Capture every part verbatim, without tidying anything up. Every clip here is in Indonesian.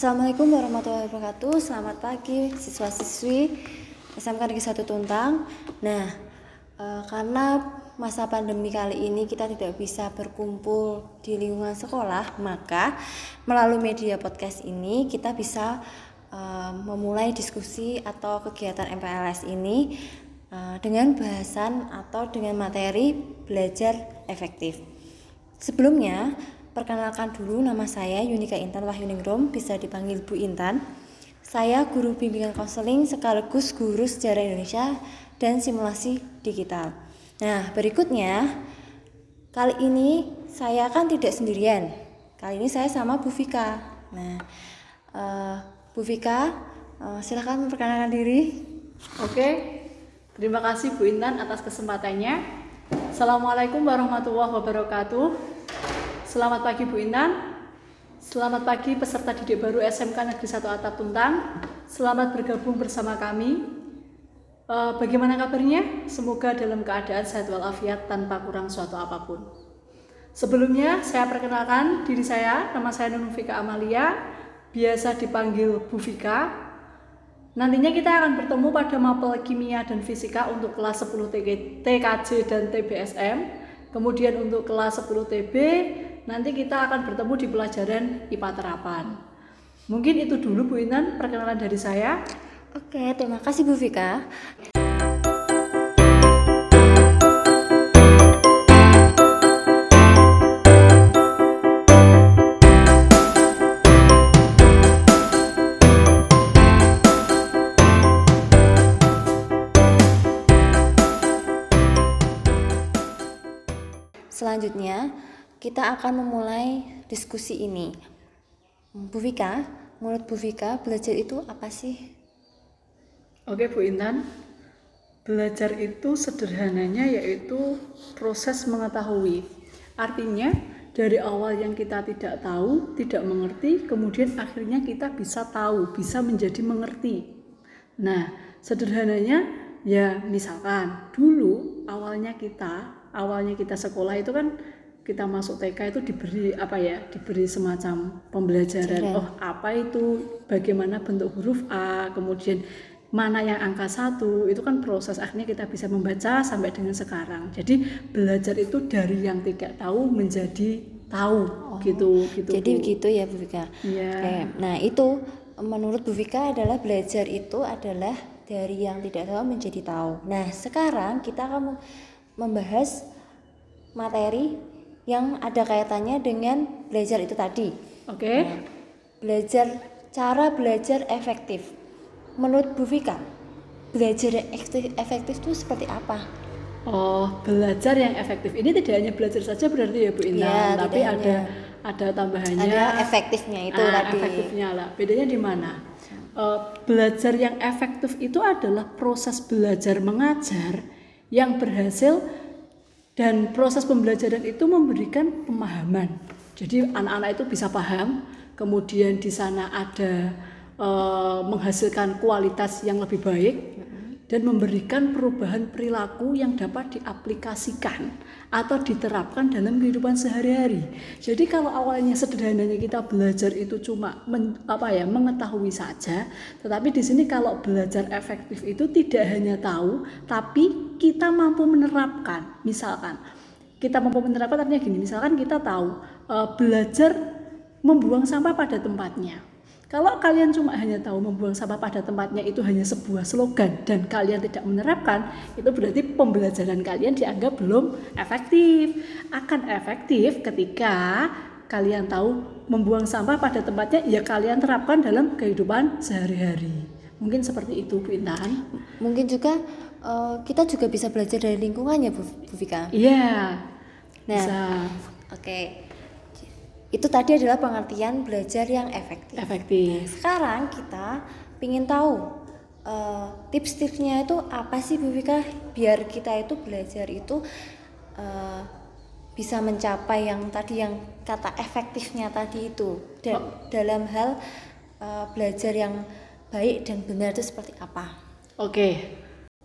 Assalamualaikum warahmatullahi wabarakatuh. Selamat pagi siswa-siswi S M K Negeri satu Tuntang. Nah, e, karena masa pandemi kali ini kita tidak bisa berkumpul di lingkungan sekolah, maka melalui media podcast ini kita bisa e, memulai diskusi atau kegiatan M P L S ini e, dengan bahasan atau dengan materi belajar efektif. Sebelumnya, perkenalkan dulu, nama saya Yunika Intan Wahyuningrum, bisa dipanggil Bu Intan. Saya guru bimbingan konseling sekaligus guru sejarah Indonesia dan simulasi digital. Nah, berikutnya, kali ini saya kan tidak sendirian. Kali ini saya sama Bu Vika. Nah, uh, Bu Vika, uh, silakan memperkenalkan diri. Oke, terima kasih Bu Intan atas kesempatannya. Assalamualaikum warahmatullahi wabarakatuh. Selamat pagi Bu Intan. Selamat pagi peserta didik baru S M K Negeri satu Atap Tuntang. Selamat bergabung bersama kami. E, bagaimana kabarnya? Semoga dalam keadaan sehat walafiat tanpa kurang suatu apapun. Sebelumnya saya perkenalkan diri saya. Nama saya Nunung Vika Amalia, biasa dipanggil Bu Vika. Nantinya kita akan bertemu pada mapel kimia dan fisika untuk kelas sepuluh T K J dan T B S M. Kemudian untuk kelas sepuluh T B nanti kita akan bertemu di pelajaran I P A terapan. Mungkin itu dulu Bu Intan perkenalan dari saya. Oke, terima kasih Bu Vika. Selanjutnya, kita akan memulai diskusi ini. Bu Vika, menurut Bu Vika, belajar itu apa sih? Oke Bu Intan, belajar itu sederhananya yaitu proses mengetahui. Artinya dari awal yang kita tidak tahu, tidak mengerti, kemudian akhirnya kita bisa tahu, bisa menjadi mengerti. Nah, sederhananya ya misalkan dulu awalnya kita, awalnya kita sekolah itu kan kita masuk T K itu diberi apa ya, diberi semacam pembelajaran. Keren. Oh apa itu, bagaimana bentuk huruf A, kemudian mana yang angka satu, itu kan proses akhirnya kita bisa membaca sampai dengan sekarang. Jadi belajar itu dari yang tidak tahu menjadi tahu. Oh, gitu gitu. Jadi begitu ya Bu Vika. Iya. Oke, nah itu menurut Bu Vika adalah belajar itu adalah dari yang tidak tahu menjadi tahu. Nah sekarang kita akan membahas materi yang ada kaitannya dengan belajar itu tadi. Oke. Okay. Nah, belajar, cara belajar efektif. Menurut Bu Vika, belajar efektif itu seperti apa? Oh, belajar yang efektif. Ini tidak hanya belajar saja berarti ya Bu Intan, ya, tapi ada hanya. ada tambahannya. Ada efektifnya itu ah, tadi. Efektifnya lah. Bedanya di mana? Uh, belajar yang efektif itu adalah proses belajar mengajar yang berhasil. Dan proses pembelajaran itu memberikan pemahaman. Jadi anak-anak itu bisa paham, kemudian di sana ada e, menghasilkan kualitas yang lebih baik dan memberikan perubahan perilaku yang dapat diaplikasikan atau diterapkan dalam kehidupan sehari-hari. Jadi kalau awalnya sederhananya kita belajar itu cuma men, apa ya, mengetahui saja, tetapi di sini kalau belajar efektif itu tidak hanya tahu, tapi kita mampu menerapkan. Misalkan kita mampu menerapkan artinya gini, misalkan kita tahu e, belajar membuang sampah pada tempatnya. Kalau kalian cuma hanya tahu membuang sampah pada tempatnya itu hanya sebuah slogan dan kalian tidak menerapkan, itu berarti pembelajaran kalian dianggap belum efektif. Akan efektif ketika kalian tahu membuang sampah pada tempatnya, ya kalian terapkan dalam kehidupan sehari-hari. Mungkin seperti itu Bu Intan. Mungkin juga uh, kita juga bisa belajar dari lingkungannya Bu, Bu Vika. Iya. Nah, oke. Okay. Itu tadi adalah pengertian belajar yang efektif. Efektif. Nah, sekarang kita ingin tahu uh, tips-tipsnya itu apa sih Bu Vika, biar kita itu belajar itu uh, bisa mencapai yang tadi yang kata efektifnya tadi itu. Dan oh. dalam hal uh, belajar yang baik dan benar itu seperti apa? Oke.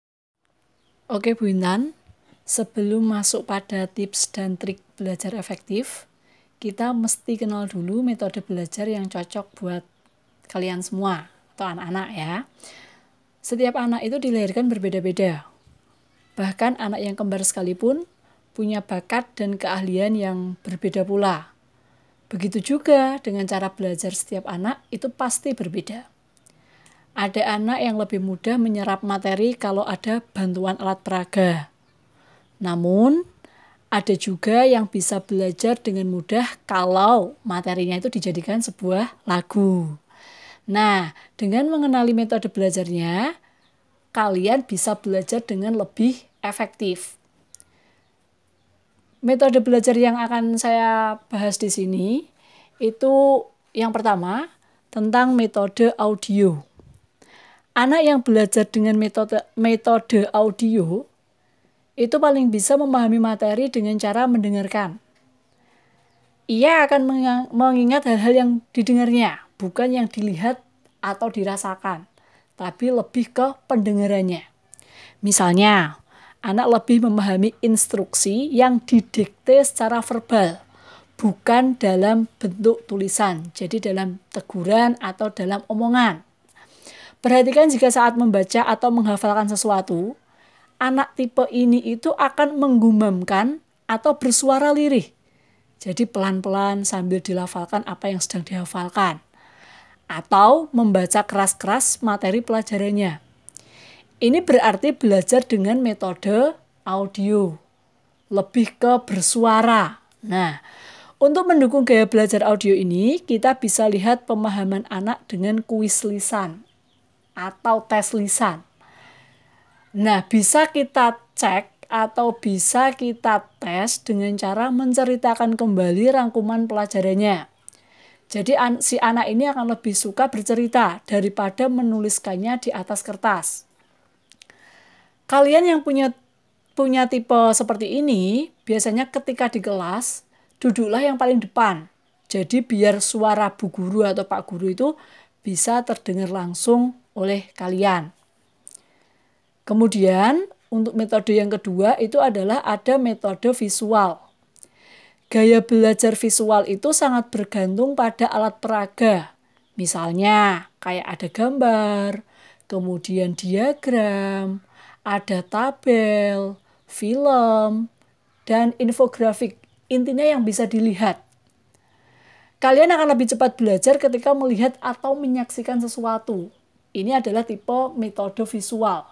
Oke Bu Intan, sebelum masuk pada tips dan trik belajar efektif, kita mesti kenal dulu metode belajar yang cocok buat kalian semua atau anak-anak ya. Setiap anak itu dilahirkan berbeda-beda. Bahkan anak yang kembar sekalipun punya bakat dan keahlian yang berbeda pula. Begitu juga dengan cara belajar setiap anak itu pasti berbeda. Ada anak yang lebih mudah menyerap materi kalau ada bantuan alat peraga. Namun, ada juga yang bisa belajar dengan mudah kalau materinya itu dijadikan sebuah lagu. Nah, dengan mengenali metode belajarnya, kalian bisa belajar dengan lebih efektif. Metode belajar yang akan saya bahas di sini itu yang pertama tentang metode audio. Anak yang belajar dengan metode metode audio itu paling bisa memahami materi dengan cara mendengarkan. Ia akan mengingat hal-hal yang didengarnya, bukan yang dilihat atau dirasakan, tapi lebih ke pendengarannya. Misalnya, anak lebih memahami instruksi yang didikte secara verbal, bukan dalam bentuk tulisan, jadi dalam teguran atau dalam omongan. Perhatikan jika saat membaca atau menghafalkan sesuatu, anak tipe ini itu akan menggumamkan atau bersuara lirih. Jadi pelan-pelan sambil dilafalkan apa yang sedang dihafalkan. Atau membaca keras-keras materi pelajarannya. Ini berarti belajar dengan metode audio. Lebih ke bersuara. Nah, untuk mendukung gaya belajar audio ini, kita bisa lihat pemahaman anak dengan kuis lisan atau tes lisan. Nah, bisa kita cek atau bisa kita tes dengan cara menceritakan kembali rangkuman pelajarannya. Jadi si anak ini akan lebih suka bercerita daripada menuliskannya di atas kertas. Kalian yang punya punya tipe seperti ini, biasanya ketika di kelas, duduklah yang paling depan. Jadi biar suara Bu Guru atau Pak Guru itu bisa terdengar langsung oleh kalian. Kemudian, untuk metode yang kedua itu adalah ada metode visual. Gaya belajar visual itu sangat bergantung pada alat peraga. Misalnya, kayak ada gambar, kemudian diagram, ada tabel, film, dan infografik. Intinya yang bisa dilihat. Kalian akan lebih cepat belajar ketika melihat atau menyaksikan sesuatu. Ini adalah tipe metode visual.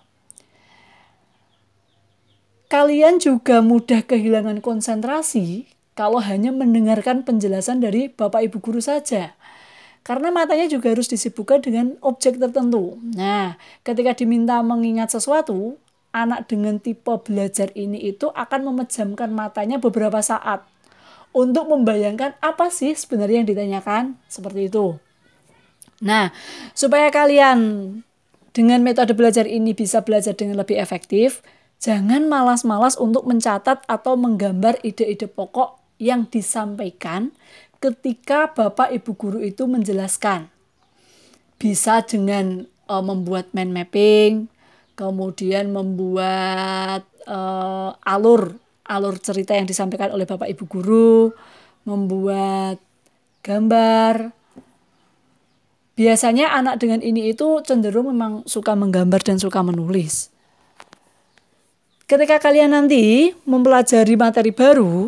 Kalian juga mudah kehilangan konsentrasi kalau hanya mendengarkan penjelasan dari Bapak Ibu Guru saja. Karena matanya juga harus disibukkan dengan objek tertentu. Nah, ketika diminta mengingat sesuatu, anak dengan tipe belajar ini itu akan memejamkan matanya beberapa saat untuk membayangkan apa sih sebenarnya yang ditanyakan, seperti itu. Nah, supaya kalian dengan metode belajar ini bisa belajar dengan lebih efektif, jangan malas-malas untuk mencatat atau menggambar ide-ide pokok yang disampaikan ketika Bapak Ibu Guru itu menjelaskan. Bisa dengan uh, membuat mind mapping, kemudian membuat uh, alur alur cerita yang disampaikan oleh Bapak Ibu Guru, membuat gambar. Biasanya anak dengan ini itu cenderung memang suka menggambar dan suka menulis. Ketika kalian nanti mempelajari materi baru,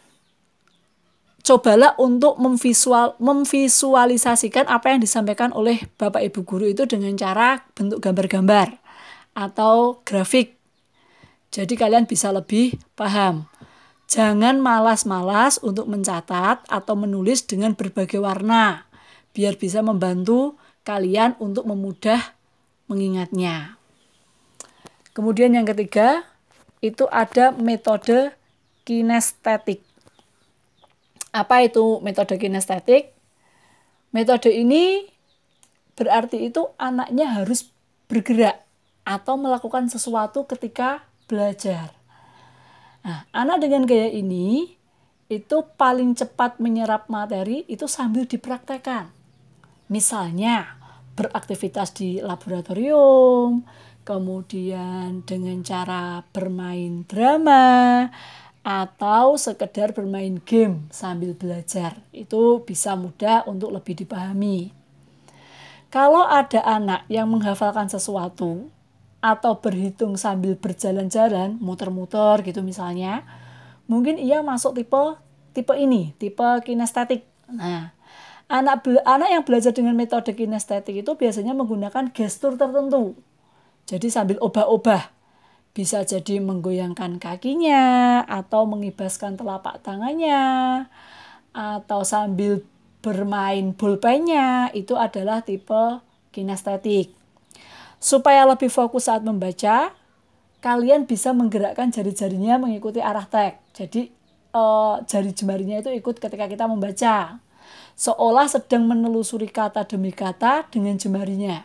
cobalah untuk memvisual, memvisualisasikan apa yang disampaikan oleh Bapak Ibu Guru itu dengan cara bentuk gambar-gambar atau grafik. Jadi kalian bisa lebih paham. Jangan malas-malas untuk mencatat atau menulis dengan berbagai warna, biar bisa membantu kalian untuk memudah mengingatnya. Kemudian yang ketiga, itu ada metode kinestetik. Apa itu metode kinestetik? Metode ini berarti itu anaknya harus bergerak atau melakukan sesuatu ketika belajar. Nah, anak dengan gaya ini itu paling cepat menyerap materi itu sambil dipraktekkan. Misalnya beraktivitas di laboratorium, kemudian dengan cara bermain drama, atau sekedar bermain game sambil belajar. Itu bisa mudah untuk lebih dipahami. Kalau ada anak yang menghafalkan sesuatu atau berhitung sambil berjalan-jalan, muter-muter gitu misalnya, mungkin ia masuk tipe tipe ini, tipe kinestetik. Nah, anak anak yang belajar dengan metode kinestetik itu biasanya menggunakan gestur tertentu. Jadi sambil obah-obah, bisa jadi menggoyangkan kakinya atau mengibaskan telapak tangannya atau sambil bermain bolpennya, itu adalah tipe kinestetik. Supaya lebih fokus saat membaca, kalian bisa menggerakkan jari-jarinya mengikuti arah teks. Jadi eh, jari jemarinya itu ikut ketika kita membaca, seolah sedang menelusuri kata demi kata dengan jemarinya.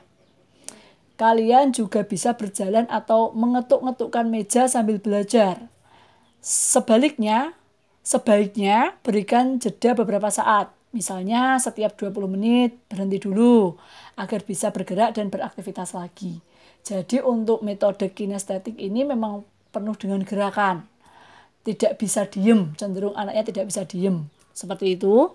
Kalian juga bisa berjalan atau mengetuk-ngetukkan meja sambil belajar. Sebaliknya, sebaiknya berikan jeda beberapa saat. Misalnya setiap dua puluh menit berhenti dulu agar bisa bergerak dan beraktivitas lagi. Jadi untuk metode kinestetik ini memang penuh dengan gerakan. Tidak bisa diem, cenderung anaknya tidak bisa diem. Seperti itu.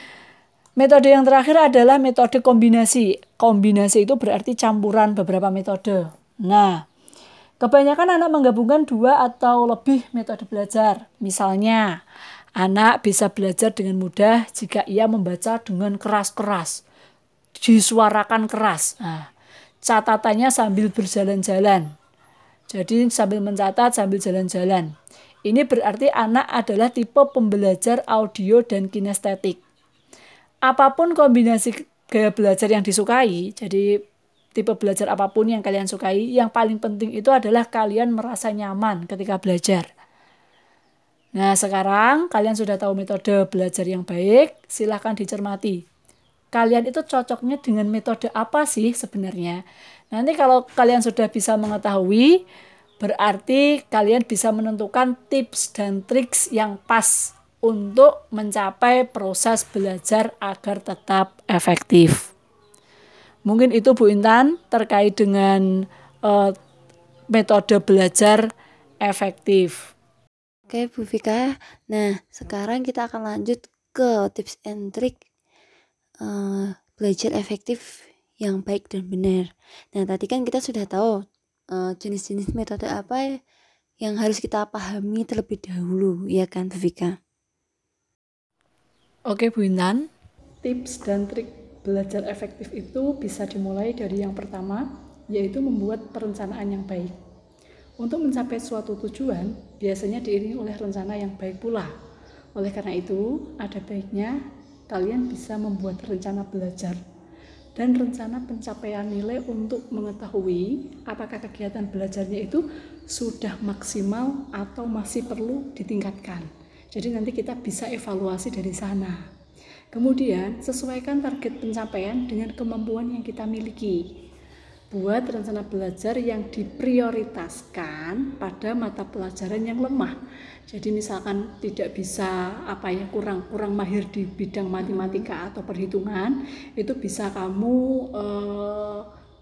Metode yang terakhir adalah metode kombinasi. Kombinasi itu berarti campuran beberapa metode. Nah, kebanyakan anak menggabungkan dua atau lebih metode belajar. Misalnya, anak bisa belajar dengan mudah jika ia membaca dengan keras-keras, disuarakan keras. Nah, catatannya sambil berjalan-jalan. Jadi sambil mencatat, sambil jalan-jalan. Ini berarti anak adalah tipe pembelajar audio dan kinestetik. Apapun kombinasi gaya belajar yang disukai, jadi tipe belajar apapun yang kalian sukai, yang paling penting itu adalah kalian merasa nyaman ketika belajar. Nah, sekarang kalian sudah tahu metode belajar yang baik, silakan dicermati. Kalian itu cocoknya dengan metode apa sih sebenarnya? Nanti kalau kalian sudah bisa mengetahui, berarti kalian bisa menentukan tips dan triks yang pas untuk mencapai proses belajar agar tetap efektif. Mungkin itu Bu Intan terkait dengan uh, metode belajar efektif. Oke Bu Vika, nah sekarang kita akan lanjut ke tips and trick uh, belajar efektif yang baik dan benar. Nah tadi kan kita sudah tahu uh, jenis-jenis metode apa yang harus kita pahami terlebih dahulu, ya kan Bu Vika? Oke Bu Intan, tips dan trik belajar efektif itu bisa dimulai dari yang pertama, yaitu membuat perencanaan yang baik. Untuk mencapai suatu tujuan, biasanya diiringi oleh rencana yang baik pula. Oleh karena itu, ada baiknya kalian bisa membuat rencana belajar dan rencana pencapaian nilai untuk mengetahui apakah kegiatan belajarnya itu sudah maksimal atau masih perlu ditingkatkan. Jadi nanti kita bisa evaluasi dari sana. Kemudian sesuaikan target pencapaian dengan kemampuan yang kita miliki. Buat rencana belajar yang diprioritaskan pada mata pelajaran yang lemah. Jadi misalkan tidak bisa apa ya kurang kurang mahir di bidang matematika atau perhitungan, itu bisa kamu eh,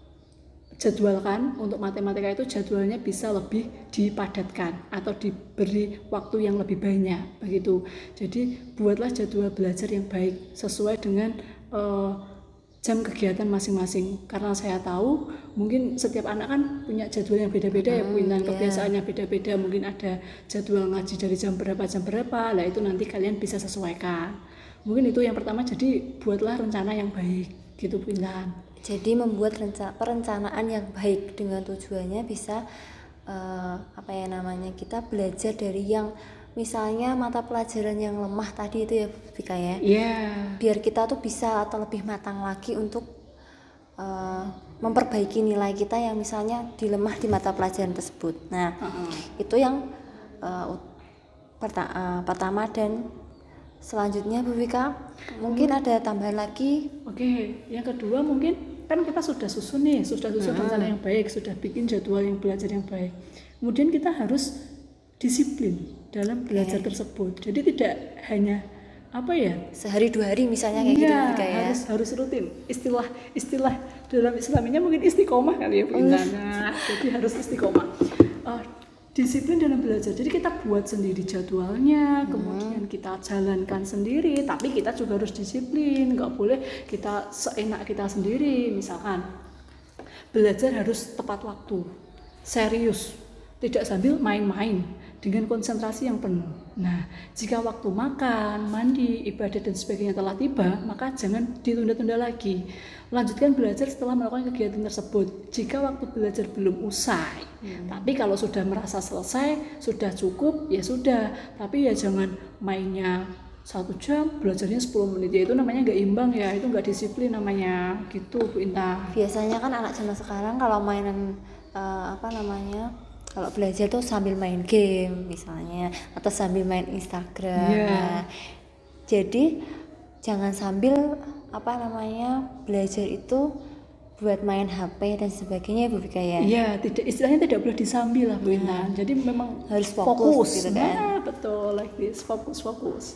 jadwalkan untuk matematika itu jadwalnya bisa lebih dipadatkan atau diberi waktu yang lebih banyak begitu. Jadi buatlah jadwal belajar yang baik sesuai dengan uh, jam kegiatan masing-masing, karena saya tahu mungkin setiap anak kan punya jadwal yang beda-beda hmm, ya Bu Intan, yeah. Kebiasaannya beda-beda, mungkin ada jadwal ngaji dari jam berapa jam berapa, lah itu nanti kalian bisa sesuaikan. Mungkin itu yang pertama, jadi buatlah rencana yang baik gitu Bu Intan. Jadi membuat rencana, perencanaan yang baik dengan tujuannya bisa uh, apa ya namanya kita belajar dari yang misalnya mata pelajaran yang lemah tadi itu ya Vika ya. Yeah. Biar kita tuh bisa atau lebih matang lagi untuk uh, memperbaiki nilai kita yang misalnya dilemah di mata pelajaran tersebut. Nah uh-uh. itu yang uh, perta- uh, pertama dan selanjutnya Bu Vika mungkin hmm. ada tambahan lagi. Oke, yang kedua mungkin kan kita sudah susun nih, sudah susun nah. rencana yang baik, sudah bikin jadwal yang belajar yang baik. Kemudian kita harus disiplin dalam belajar okay. tersebut. Jadi tidak hanya apa ya sehari dua hari misalnya kayak ya, gitu ya. Harus harus rutin. Istilah istilah dalam Islaminya mungkin istiqomah kali ya Bu Intan. Nah, jadi harus istiqomah. Uh, disiplin dalam belajar. Jadi kita buat sendiri jadwalnya, hmm. kemudian kita jalankan sendiri, tapi kita juga harus disiplin, nggak boleh kita seenak kita sendiri. Misalkan belajar harus tepat waktu, serius, tidak sambil main-main, dengan konsentrasi yang penuh. Nah, jika waktu makan, mandi, ibadah dan sebagainya telah tiba, maka jangan ditunda-tunda lagi. Lanjutkan belajar setelah melakukan kegiatan tersebut. Jika waktu belajar belum usai, hmm. tapi kalau sudah merasa selesai, sudah cukup, ya sudah. Tapi ya jangan mainnya satu jam, belajarnya sepuluh menit, ya itu namanya nggak imbang ya, itu nggak disiplin namanya, gitu Bu Intan. Biasanya kan anak zaman sekarang kalau mainan uh, apa namanya, kalau belajar tuh sambil main game misalnya, atau sambil main Instagram. Yeah. Nah, jadi jangan sambil apa namanya belajar itu buat main H P dan sebagainya, Bu Vika ya. Iya, tidak, istilahnya tidak boleh disambil lah Bu Intan. Nah, jadi memang harus fokus, fokus gitu kan. Nah, betul, like this, fokus fokus.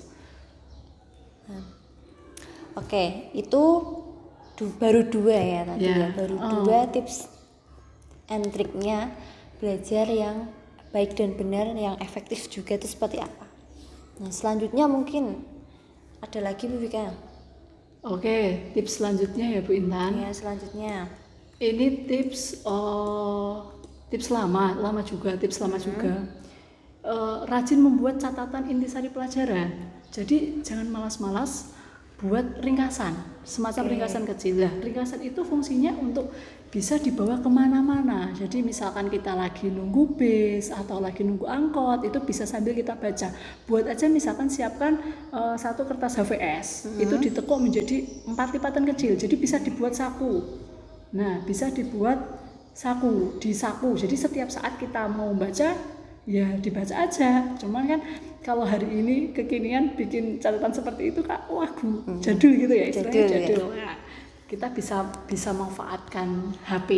Nah. Oke, okay, itu du- baru dua ya tadi yeah. ya, baru oh. dua tips and triknya belajar yang baik dan benar, yang efektif juga itu seperti apa. Nah, selanjutnya mungkin ada lagi Bu Vika. Oke, tips selanjutnya ya Bu Intan. Ya, selanjutnya. Ini tips oh, tips lama, lama juga, tips lama hmm. juga. Uh, rajin membuat catatan intisari pelajaran. Jadi jangan malas-malas buat ringkasan, semacam okay. ringkasan kecil. Lah, ringkasan itu fungsinya untuk bisa dibawa kemana-mana. Jadi misalkan kita lagi nunggu bis atau lagi nunggu angkot, itu bisa sambil kita baca. Buat aja misalkan siapkan uh, satu kertas H V S, mm-hmm. itu ditekuk menjadi empat lipatan kecil, jadi bisa dibuat saku. Nah, bisa dibuat saku, di saku. Jadi setiap saat kita mau baca, ya dibaca aja. Cuman kan kalau hari ini kekinian bikin catatan seperti itu Kak, wah hmm. jadul gitu ya, istilahnya jadul. jadul. Ya. Nah, kita bisa bisa manfaatkan H P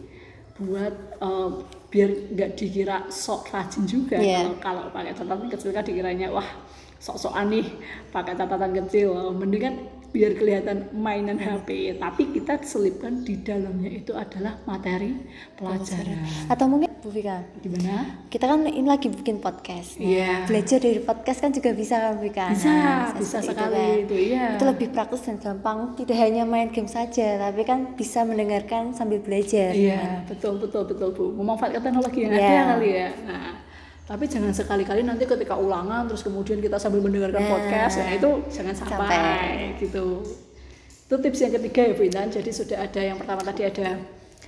buat uh, biar nggak dikira sok rajin juga. Yeah. Kalau kalau pakai catatan kecil kan dikiranya wah sok-sokan nih pakai catatan kecil. Mendingan biar kelihatan mainan H P, tapi kita selipkan di dalamnya itu adalah materi pelajaran. Atau mungkin Bu Vika, gimana? Kita kan ini lagi bikin podcast. Nah, yeah. belajar dari podcast kan juga bisa kan Bu Vika? Bisa, nah, bisa sekali itu, kan. itu iya. Itu lebih praktis dan gampang, tidak hanya main game saja, tapi kan bisa mendengarkan sambil belajar. Iya, kan? betul betul betul Bu. Memanfaatkan teknologi yang yeah. ada kali ya. Nah, tapi jangan sekali-kali nanti ketika ulangan terus kemudian kita sambil mendengarkan nah, podcast, ya itu jangan sampai, sampai gitu. Itu tips yang ketiga ya Bu Intan. Jadi sudah ada yang pertama tadi ada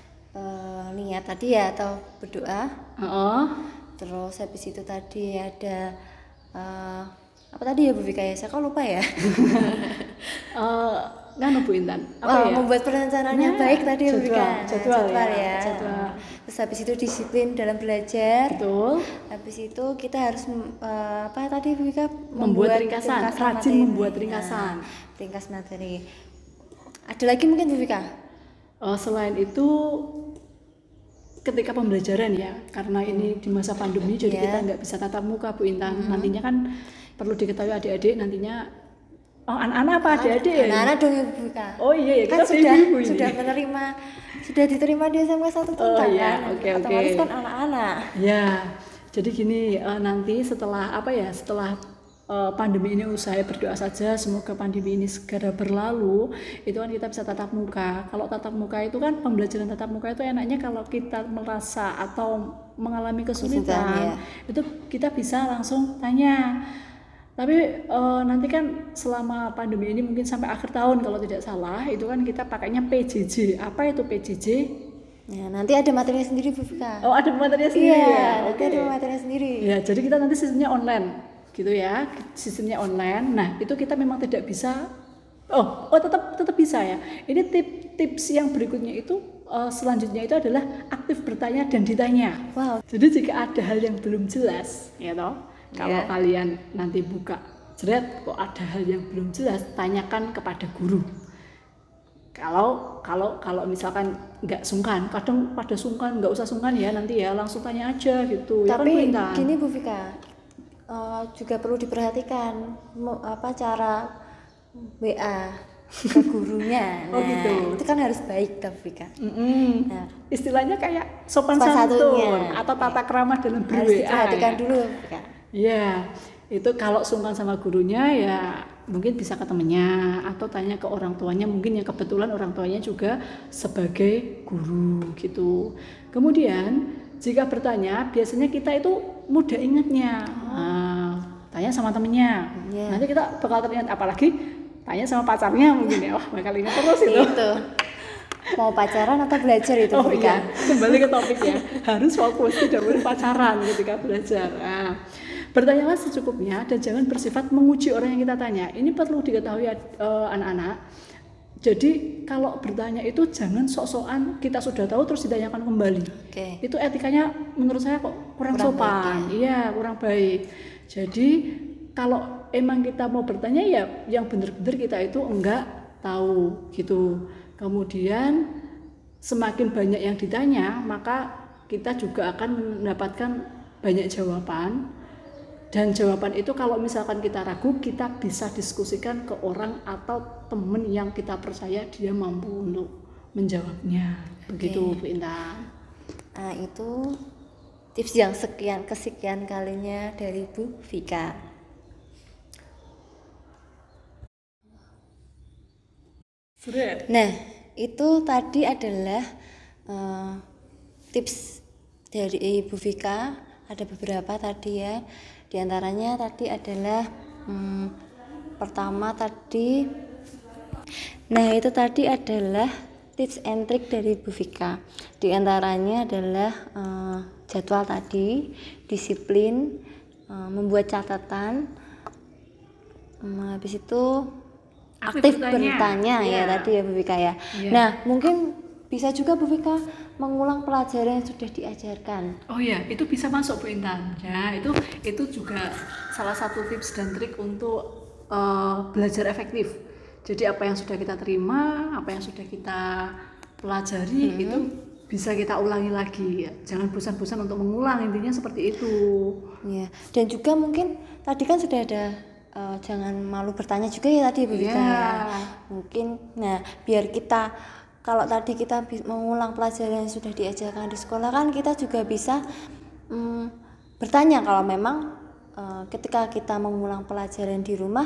uh, niat tadi ya, atau berdoa. Uh-uh. Terus habis itu tadi ada uh, apa tadi ya Bu Vika ya? Saya kok lupa ya. uh, Nggak Bu Intan. Apa oh, ya? Membuat perencanaannya nah, baik tadi ya Bu Vika. Jadwal, jadwal, jadwal ya. ya. Jadwal. Terus habis itu disiplin dalam belajar. Betul. Habis itu kita harus uh, apa tadi Bu Vika? Membuat, membuat ringkasan. ringkasan Rajin materi. membuat ringkasan. Nah, ringkas materi. Ada lagi mungkin Bu Vika? Uh, selain itu ketika pembelajaran ya, karena hmm. ini di masa pandemi jadi yeah. kita nggak bisa tatap muka Bu Intan. Hmm. Nantinya kan perlu diketahui adik-adik nantinya. Oh, anak-anak apa adik-adik ya? Anak-anak dong Ibu Vika. Oh iya ya, kan kita sudah ibu ini. sudah menerima, sudah diterima di S M K satu Tuntang oh, iya. kan. Oke, oke. Otomatis kan anak-anak. Ya. Jadi gini, uh, nanti setelah apa ya? Setelah uh, pandemi ini usai, berdoa saja semoga pandemi ini segera berlalu. Itu kan kita bisa tatap muka. Kalau tatap muka itu kan pembelajaran tatap muka itu enaknya kalau kita merasa atau mengalami kesulitan, ya. Itu kita bisa langsung tanya. Tapi e, nanti kan selama pandemi ini mungkin sampai akhir tahun kalau tidak salah, itu kan kita pakainya P J J. Apa itu P J J? Ya, nanti ada materinya sendiri Bu Vika. Oh, ada materinya sendiri iya, ya. Nanti okay. ada materinya sendiri. Ya, jadi kita nanti sistemnya online, gitu ya. Sistemnya online. Nah, itu kita memang tidak bisa. Oh, oh tetap tetap bisa ya. Ini tip tips yang berikutnya itu uh, selanjutnya itu adalah aktif bertanya dan ditanya. Wow. Jadi jika ada hal yang belum jelas, ya toh. Kalau yeah. kalian nanti buka jeret kok ada hal yang belum jelas, tanyakan kepada guru. Kalau kalau kalau misalkan nggak sungkan, kadang pada sungkan, nggak usah sungkan ya nanti ya, langsung tanya aja gitu. Tapi ya kan, gini Bu Vika, uh, juga perlu diperhatikan apa cara W A ke gurunya. Nah, Oh, gitu. itu kan harus baik toh Vika. Mm-mm. Nah, Istilahnya kayak sopan Sopan santun santunnya. atau tata krama dalam ber-W A. harus diperhatikan ya. dulu Vika. Iya, itu kalau sungkan sama gurunya ya mungkin bisa ke temennya atau tanya ke orang tuanya, mungkin yang kebetulan orang tuanya juga sebagai guru gitu. Kemudian jika bertanya, biasanya kita itu mudah ingatnya. Nah, tanya sama temennya. Iya. Nanti kita bakal teringat, apalagi tanya sama pacarnya mungkin ya. Wah, bakal ingat terus itu. Itu. Mau pacaran atau belajar itu Oh Vika? iya, kembali ke topik ya. Harus fokus, tidak boleh pacaran ketika belajar. Nah, bertanyalah secukupnya dan jangan bersifat menguji orang yang kita tanya. Ini perlu diketahui uh, anak-anak. Jadi kalau bertanya itu jangan sok-sokan kita sudah tahu terus ditanyakan kembali. Oke. Itu etikanya menurut saya kok kurang, Kurang sopan. Iya, kurang baik. Jadi kalau emang kita mau bertanya ya yang benar-benar kita itu enggak tahu gitu. Kemudian semakin banyak yang ditanya, maka kita juga akan mendapatkan banyak jawaban. Dan jawaban itu kalau misalkan kita ragu, kita bisa diskusikan ke orang atau temen yang kita percaya dia mampu untuk menjawabnya. Begitu Bu Intan. Nah, itu tips yang sekian kesekian kalinya dari Bu Vika. Sudah. Nah, itu tadi adalah uh, tips dari Ibu Vika. Ada beberapa tadi ya. Di antaranya tadi adalah hmm, pertama tadi, nah itu tadi adalah tips and trick dari Bu Vika. Di antaranya adalah uh, jadwal tadi, disiplin, uh, membuat catatan, um, habis itu aktif, aktif bertanya ya, ya tadi ya Bu Vika ya. ya. Nah mungkin bisa juga Bu Vika mengulang pelajaran yang sudah diajarkan. Oh ya, itu bisa masuk Bu Intan. Ya, itu itu juga salah satu tips dan trik untuk uh, belajar efektif. Jadi apa yang sudah kita terima, apa yang sudah kita pelajari hmm. itu bisa kita ulangi lagi. Ya. Jangan bosan-bosan untuk mengulang, intinya seperti itu. Ya, dan juga mungkin tadi kan sudah ada uh, jangan malu bertanya juga ya tadi Bu Vika. Ya. Mungkin, nah biar kita kalau tadi kita mengulang pelajaran yang sudah diajarkan di sekolah kan kita juga bisa um, bertanya kalau memang uh, ketika kita mengulang pelajaran di rumah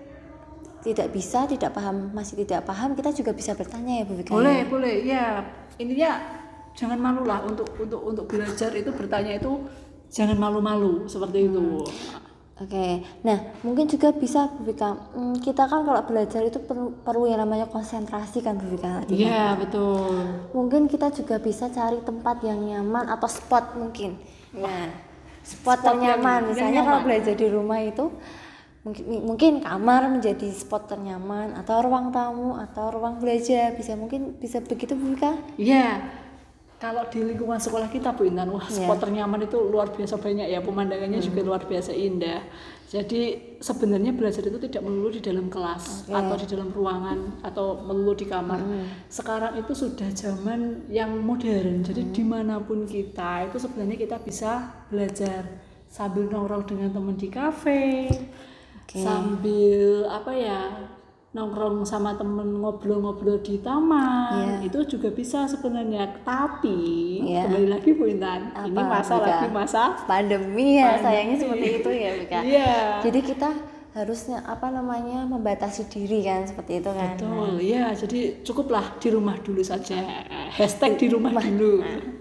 tidak bisa, tidak paham, masih tidak paham, kita juga bisa bertanya ya Bu Vika. Boleh, ya? boleh. Ya, intinya jangan malu lah untuk untuk untuk belajar itu bertanya itu jangan malu-malu seperti hmm. itu. Oke, okay. Nah mungkin juga bisa Bu Vika, hmm, kita kan kalau belajar itu perlu, perlu yang namanya konsentrasi kan Bu Vika. Iya yeah, betul. Mungkin kita juga bisa cari tempat yang nyaman atau spot mungkin. Nah, spot, spot ternyaman. Yang, Misalnya yang kalau belajar di rumah itu mungkin mungkin kamar menjadi spot ternyaman atau ruang tamu atau ruang belajar bisa mungkin bisa begitu Bu Vika? Iya. Yeah. Kalau di lingkungan sekolah kita Bu Intan, wah spot yeah. ternyaman itu luar biasa banyak ya, pemandangannya hmm. juga luar biasa indah. Jadi sebenarnya belajar itu tidak melulu di dalam kelas okay. atau di dalam ruangan atau melulu di kamar. Hmm. Sekarang itu sudah zaman yang modern, jadi hmm. dimanapun kita itu sebenarnya kita bisa belajar sambil nongkrong dengan teman di kafe, okay. sambil apa ya nongkrong sama temen ngobrol-ngobrol di taman, yeah. itu juga bisa sebenarnya. Tapi yeah. kembali lagi Bu Intan, apa, ini masa Bika? lagi masa pandemi ya, pandemi. Sayangnya seperti itu ya Bika. Yeah. Jadi kita harusnya apa namanya membatasi diri kan seperti itu kan. Betul, ya. Jadi cukuplah di rumah dulu saja. Hashtag di rumah dulu.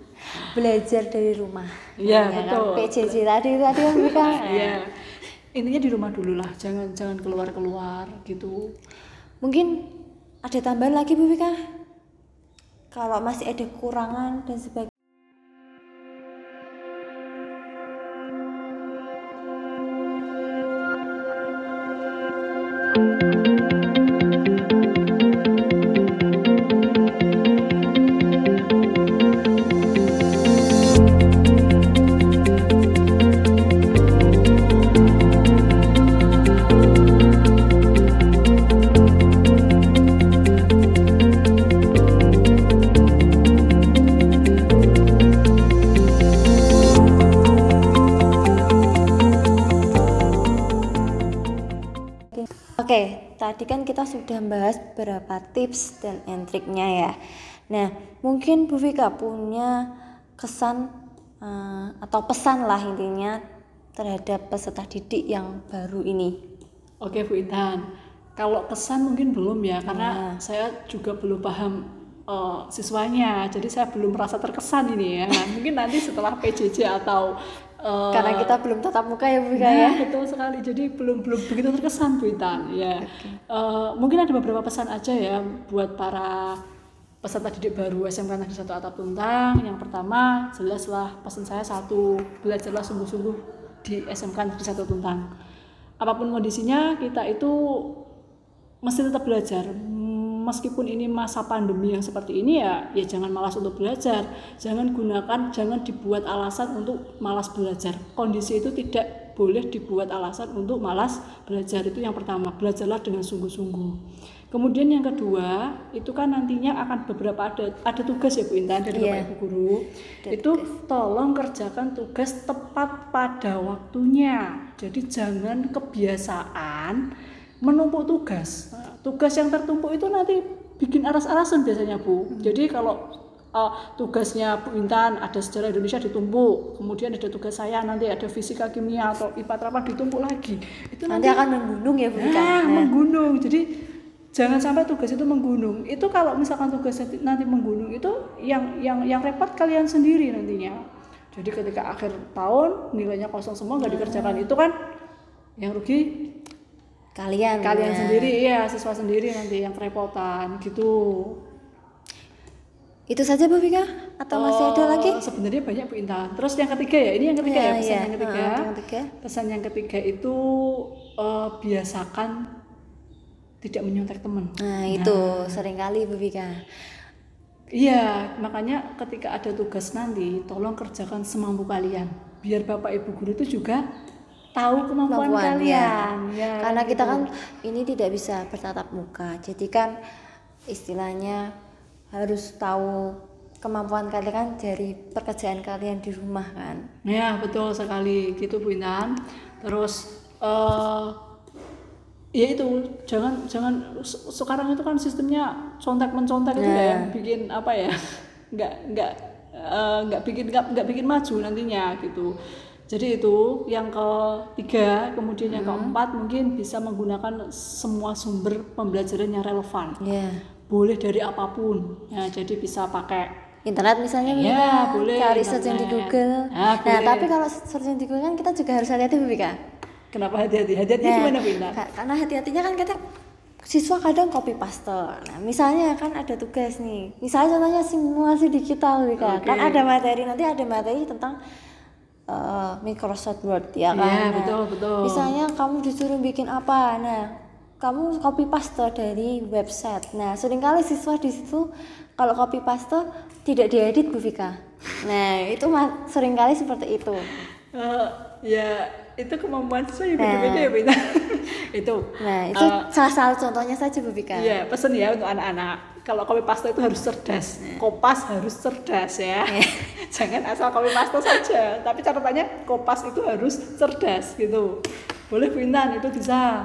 Belajar dari rumah. Iya ya, betul. Kan? P J J tadi tadi kan Bika. Iya. Intinya di rumah dulu lah, jangan jangan keluar-keluar gitu. Mungkin ada tambahan lagi Bu Vika? Kalau masih ada kekurangan dan sebagainya. tadi kan kita sudah bahas beberapa tips dan and triknya ya. Nah, mungkin Bu Vika punya kesan uh, atau pesan lah intinya terhadap peserta didik yang baru ini. Oke Bu Intan, kalau kesan mungkin belum ya, karena Nah. saya juga belum paham uh, siswanya, jadi saya belum merasa terkesan ini ya. Nah, mungkin nanti setelah P J J atau uh, Karena kita belum tatap muka ya Bu Vika nah, ya. betul sekali, jadi belum belum begitu terkesan Bu Intan ya. Okay. Uh, mungkin ada beberapa pesan aja ya buat para peserta didik baru S M K Negeri satu Atap Tuntang. Yang pertama, jelaslah pesan saya satu, belajarlah sungguh-sungguh di S M K Negeri satu Tuntang. Apapun kondisinya, kita itu mesti tetap belajar. Meskipun ini masa pandemi yang seperti ini ya, ya jangan malas untuk belajar. Jangan gunakan, jangan dibuat alasan untuk malas belajar. Kondisi itu tidak boleh dibuat alasan untuk malas belajar. Itu yang pertama, belajarlah dengan sungguh-sungguh. Kemudian yang kedua, itu kan nantinya akan beberapa ada ada tugas ya Bu Intan dari yeah. Bapak Ibu Guru. Ada itu tugas. Tolong kerjakan tugas tepat pada waktunya. Jadi jangan kebiasaan menumpuk tugas. Nah, tugas yang tertumpuk itu nanti bikin aras-arasan biasanya Bu. Hmm. Jadi kalau uh, tugasnya Bu Intan ada sejarah Indonesia ditumpuk, kemudian ada tugas saya nanti ada fisika kimia atau I P A terapan ditumpuk lagi. Itu nanti, nanti akan menggunung ya Bu Intan. Nah, menggunung. Jadi jangan sampai tugas itu menggunung. Itu kalau misalkan tugas nanti menggunung itu yang yang yang repot kalian sendiri nantinya. Jadi ketika akhir tahun nilainya kosong semua nggak dikerjakan, itu kan yang rugi kalian kalian ya. sendiri ya, siswa sendiri nanti yang kerepotan gitu. Itu saja Bu Vika atau uh, masih ada lagi? Sebenarnya banyak Bu Intan. Terus yang ketiga ya, ini yang ketiga ya, ya pesan ya. yang ketiga. Uh, yang ketiga. Pesan yang ketiga itu uh, biasakan tidak menyontek teman. Nah, itu nah. seringkali Bu Vika. Iya, makanya ketika ada tugas nanti, tolong kerjakan semampu kalian. Biar Bapak Ibu Guru itu juga tahu kemampuan, kemampuan kalian. Ya. Ya, karena gitu. Kita kan ini tidak bisa bertatap muka. Jadi kan istilahnya harus tahu kemampuan kalian kan dari pekerjaan kalian di rumah kan. Ya, betul sekali gitu Bu Intan. Terus uh, ya itu jangan jangan sekarang itu kan sistemnya contek mencontek itu nah. ya bikin apa ya nggak nggak uh, nggak bikin nggak nggak bikin maju nantinya gitu. Jadi itu yang ketiga, kemudian yang hmm. keempat mungkin bisa menggunakan semua sumber pembelajaran yang relevan. Yeah. Boleh dari apapun ya, jadi bisa pakai internet misalnya ya, ya, boleh cari search di Google. Nah, nah tapi kalau search di Google kan kita juga harus hati-hati Bu Vika. Kenapa hati-hati? Hati-hati nah, gimana Bina? Karena hati-hatinya kan kita siswa kadang copy paste. Nah, misalnya kan ada tugas nih. Misalnya contohnya simulasi digital Vika. Okay. Kan ada materi, nanti ada materi tentang uh, Microsoft Word ya kan. Iya, nah, betul, betul. Misalnya kamu disuruh bikin apa? Nah, kamu copy paste dari website. Nah, seringkali siswa di situ kalau copy paste tidak diedit Bu Vika. Nah, itu seringkali seperti itu. Uh, ya itu kemampuan siswa yang beda-beda nah, ya Bina. Itu nah itu uh, salah satu contohnya saja Bu Vika. Iya, pesan ya untuk anak-anak, kalau copy paste itu harus cerdas, nah. Kopas harus cerdas ya. Jangan asal copy paste saja, tapi catatannya Kopas itu harus cerdas gitu. Boleh Bu Intan, itu bisa.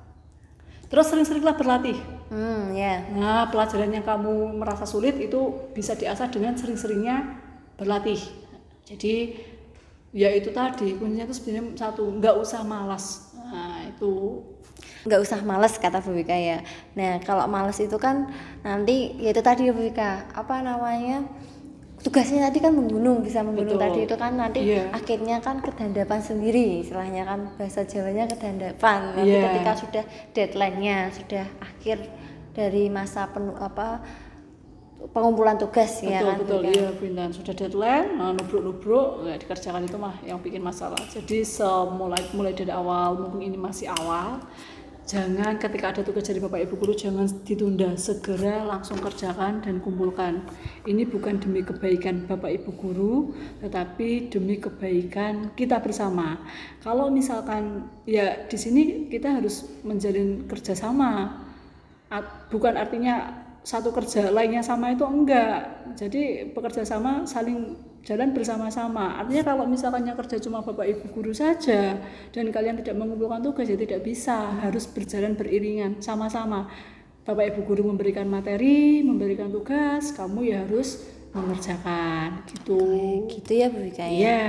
Terus sering-seringlah berlatih. Hmm, ya. Yeah. Nah, pelajaran yang kamu merasa sulit itu bisa diasah dengan sering-seringnya berlatih. Jadi ya itu tadi kuncinya itu sebenarnya satu, nggak usah malas. Nah itu nggak usah malas kata Bu Vika ya. Nah kalau malas itu kan nanti ya itu tadi Bu Vika apa namanya tugasnya tadi kan menggunung, bisa menggunung. Betul. Tadi itu kan nanti yeah. akhirnya kan kedandapan sendiri, istilahnya kan bahasa Jawanya kedandapan. Nanti yeah. ketika sudah deadline-nya sudah akhir dari masa penuh apa pengumpulan tugas betul, ya kan betul iya Bintan sudah deadline nah, nubruk-nubruk nggak dikerjakan itu mah yang bikin masalah. Jadi semulai mulai dari awal, mumpung ini masih awal, jangan ketika ada tugas dari Bapak Ibu Guru jangan ditunda, segera langsung kerjakan dan kumpulkan. Ini bukan demi kebaikan Bapak Ibu Guru tetapi demi kebaikan kita bersama. Kalau misalkan ya di sini kita harus menjalin kerjasama, bukan artinya satu kerja lainnya sama itu enggak. Jadi bekerja sama saling jalan bersama-sama. Artinya kalau misalkan yang kerja cuma bapak ibu guru saja dan kalian tidak mengumpulkan tugas ya tidak bisa, harus berjalan beriringan sama-sama. Bapak ibu guru memberikan materi, memberikan tugas, kamu ya harus mengerjakan gitu. Gitu ya Bu Vika ya. Iya.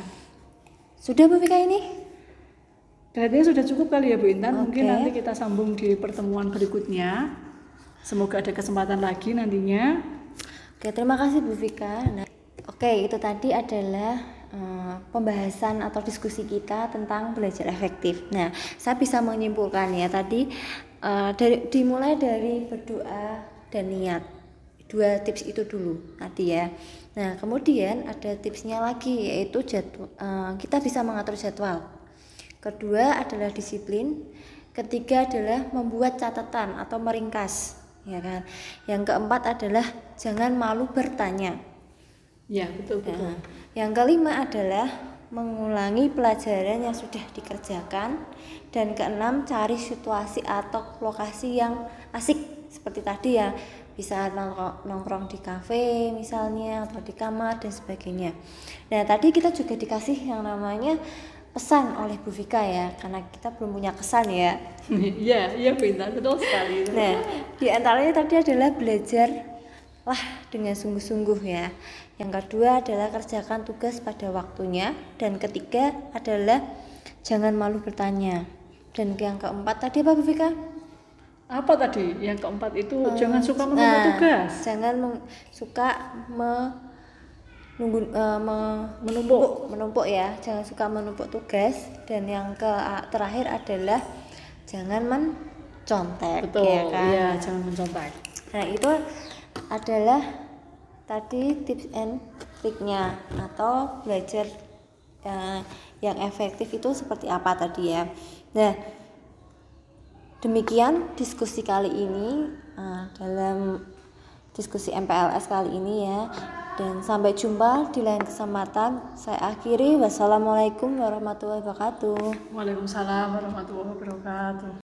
Sudah Bu Vika ini? Kelihatannya sudah cukup kali ya Bu Intan. Oke. Mungkin nanti kita sambung di pertemuan berikutnya. Semoga ada kesempatan lagi nantinya. Oke, terima kasih Bu Vika. Nah, oke, itu tadi adalah uh, pembahasan atau diskusi kita tentang belajar efektif. Nah, saya bisa menyimpulkan ya tadi uh, dari dimulai dari berdoa dan niat. Dua tips itu dulu tadi ya. Nah, kemudian ada tipsnya lagi yaitu jadwal, uh, kita bisa mengatur jadwal. Kedua adalah disiplin. Ketiga adalah membuat catatan atau meringkas, ya kan. Yang keempat adalah jangan malu bertanya. Ya, betul betul. Nah, yang kelima adalah mengulangi pelajaran yang sudah dikerjakan. Dan keenam, cari situasi atau lokasi yang asik seperti tadi ya, bisa nongkrong di kafe misalnya atau di kamar dan sebagainya. Nah, tadi kita juga dikasih yang namanya pesan oleh Bu Vika ya, karena kita belum punya kesan ya. Iya, iya Bu Intan, betul sekali. Nah, di antaranya tadi adalah belajarlah dengan sungguh-sungguh ya. Yang kedua adalah kerjakan tugas pada waktunya. Dan ketiga adalah jangan malu bertanya. Dan yang keempat tadi apa Bu Vika? Apa tadi? Yang keempat itu Hmm, jangan suka menumpuk nah, tugas. Jangan meng- suka me- nunggu uh, me- menumpuk menumpuk ya, jangan suka menumpuk tugas. Dan yang ke terakhir adalah jangan mencontek. Betul, ya kan? iya, jangan mencontek. Nah, itu adalah tadi tips and triknya atau belajar uh, yang efektif itu seperti apa tadi ya. Nah, demikian diskusi kali ini uh, dalam diskusi M P L S kali ini ya. Dan sampai jumpa di lain kesempatan. Saya akhiri. Wassalamualaikum warahmatullahi wabarakatuh. Waalaikumsalam warahmatullahi wabarakatuh.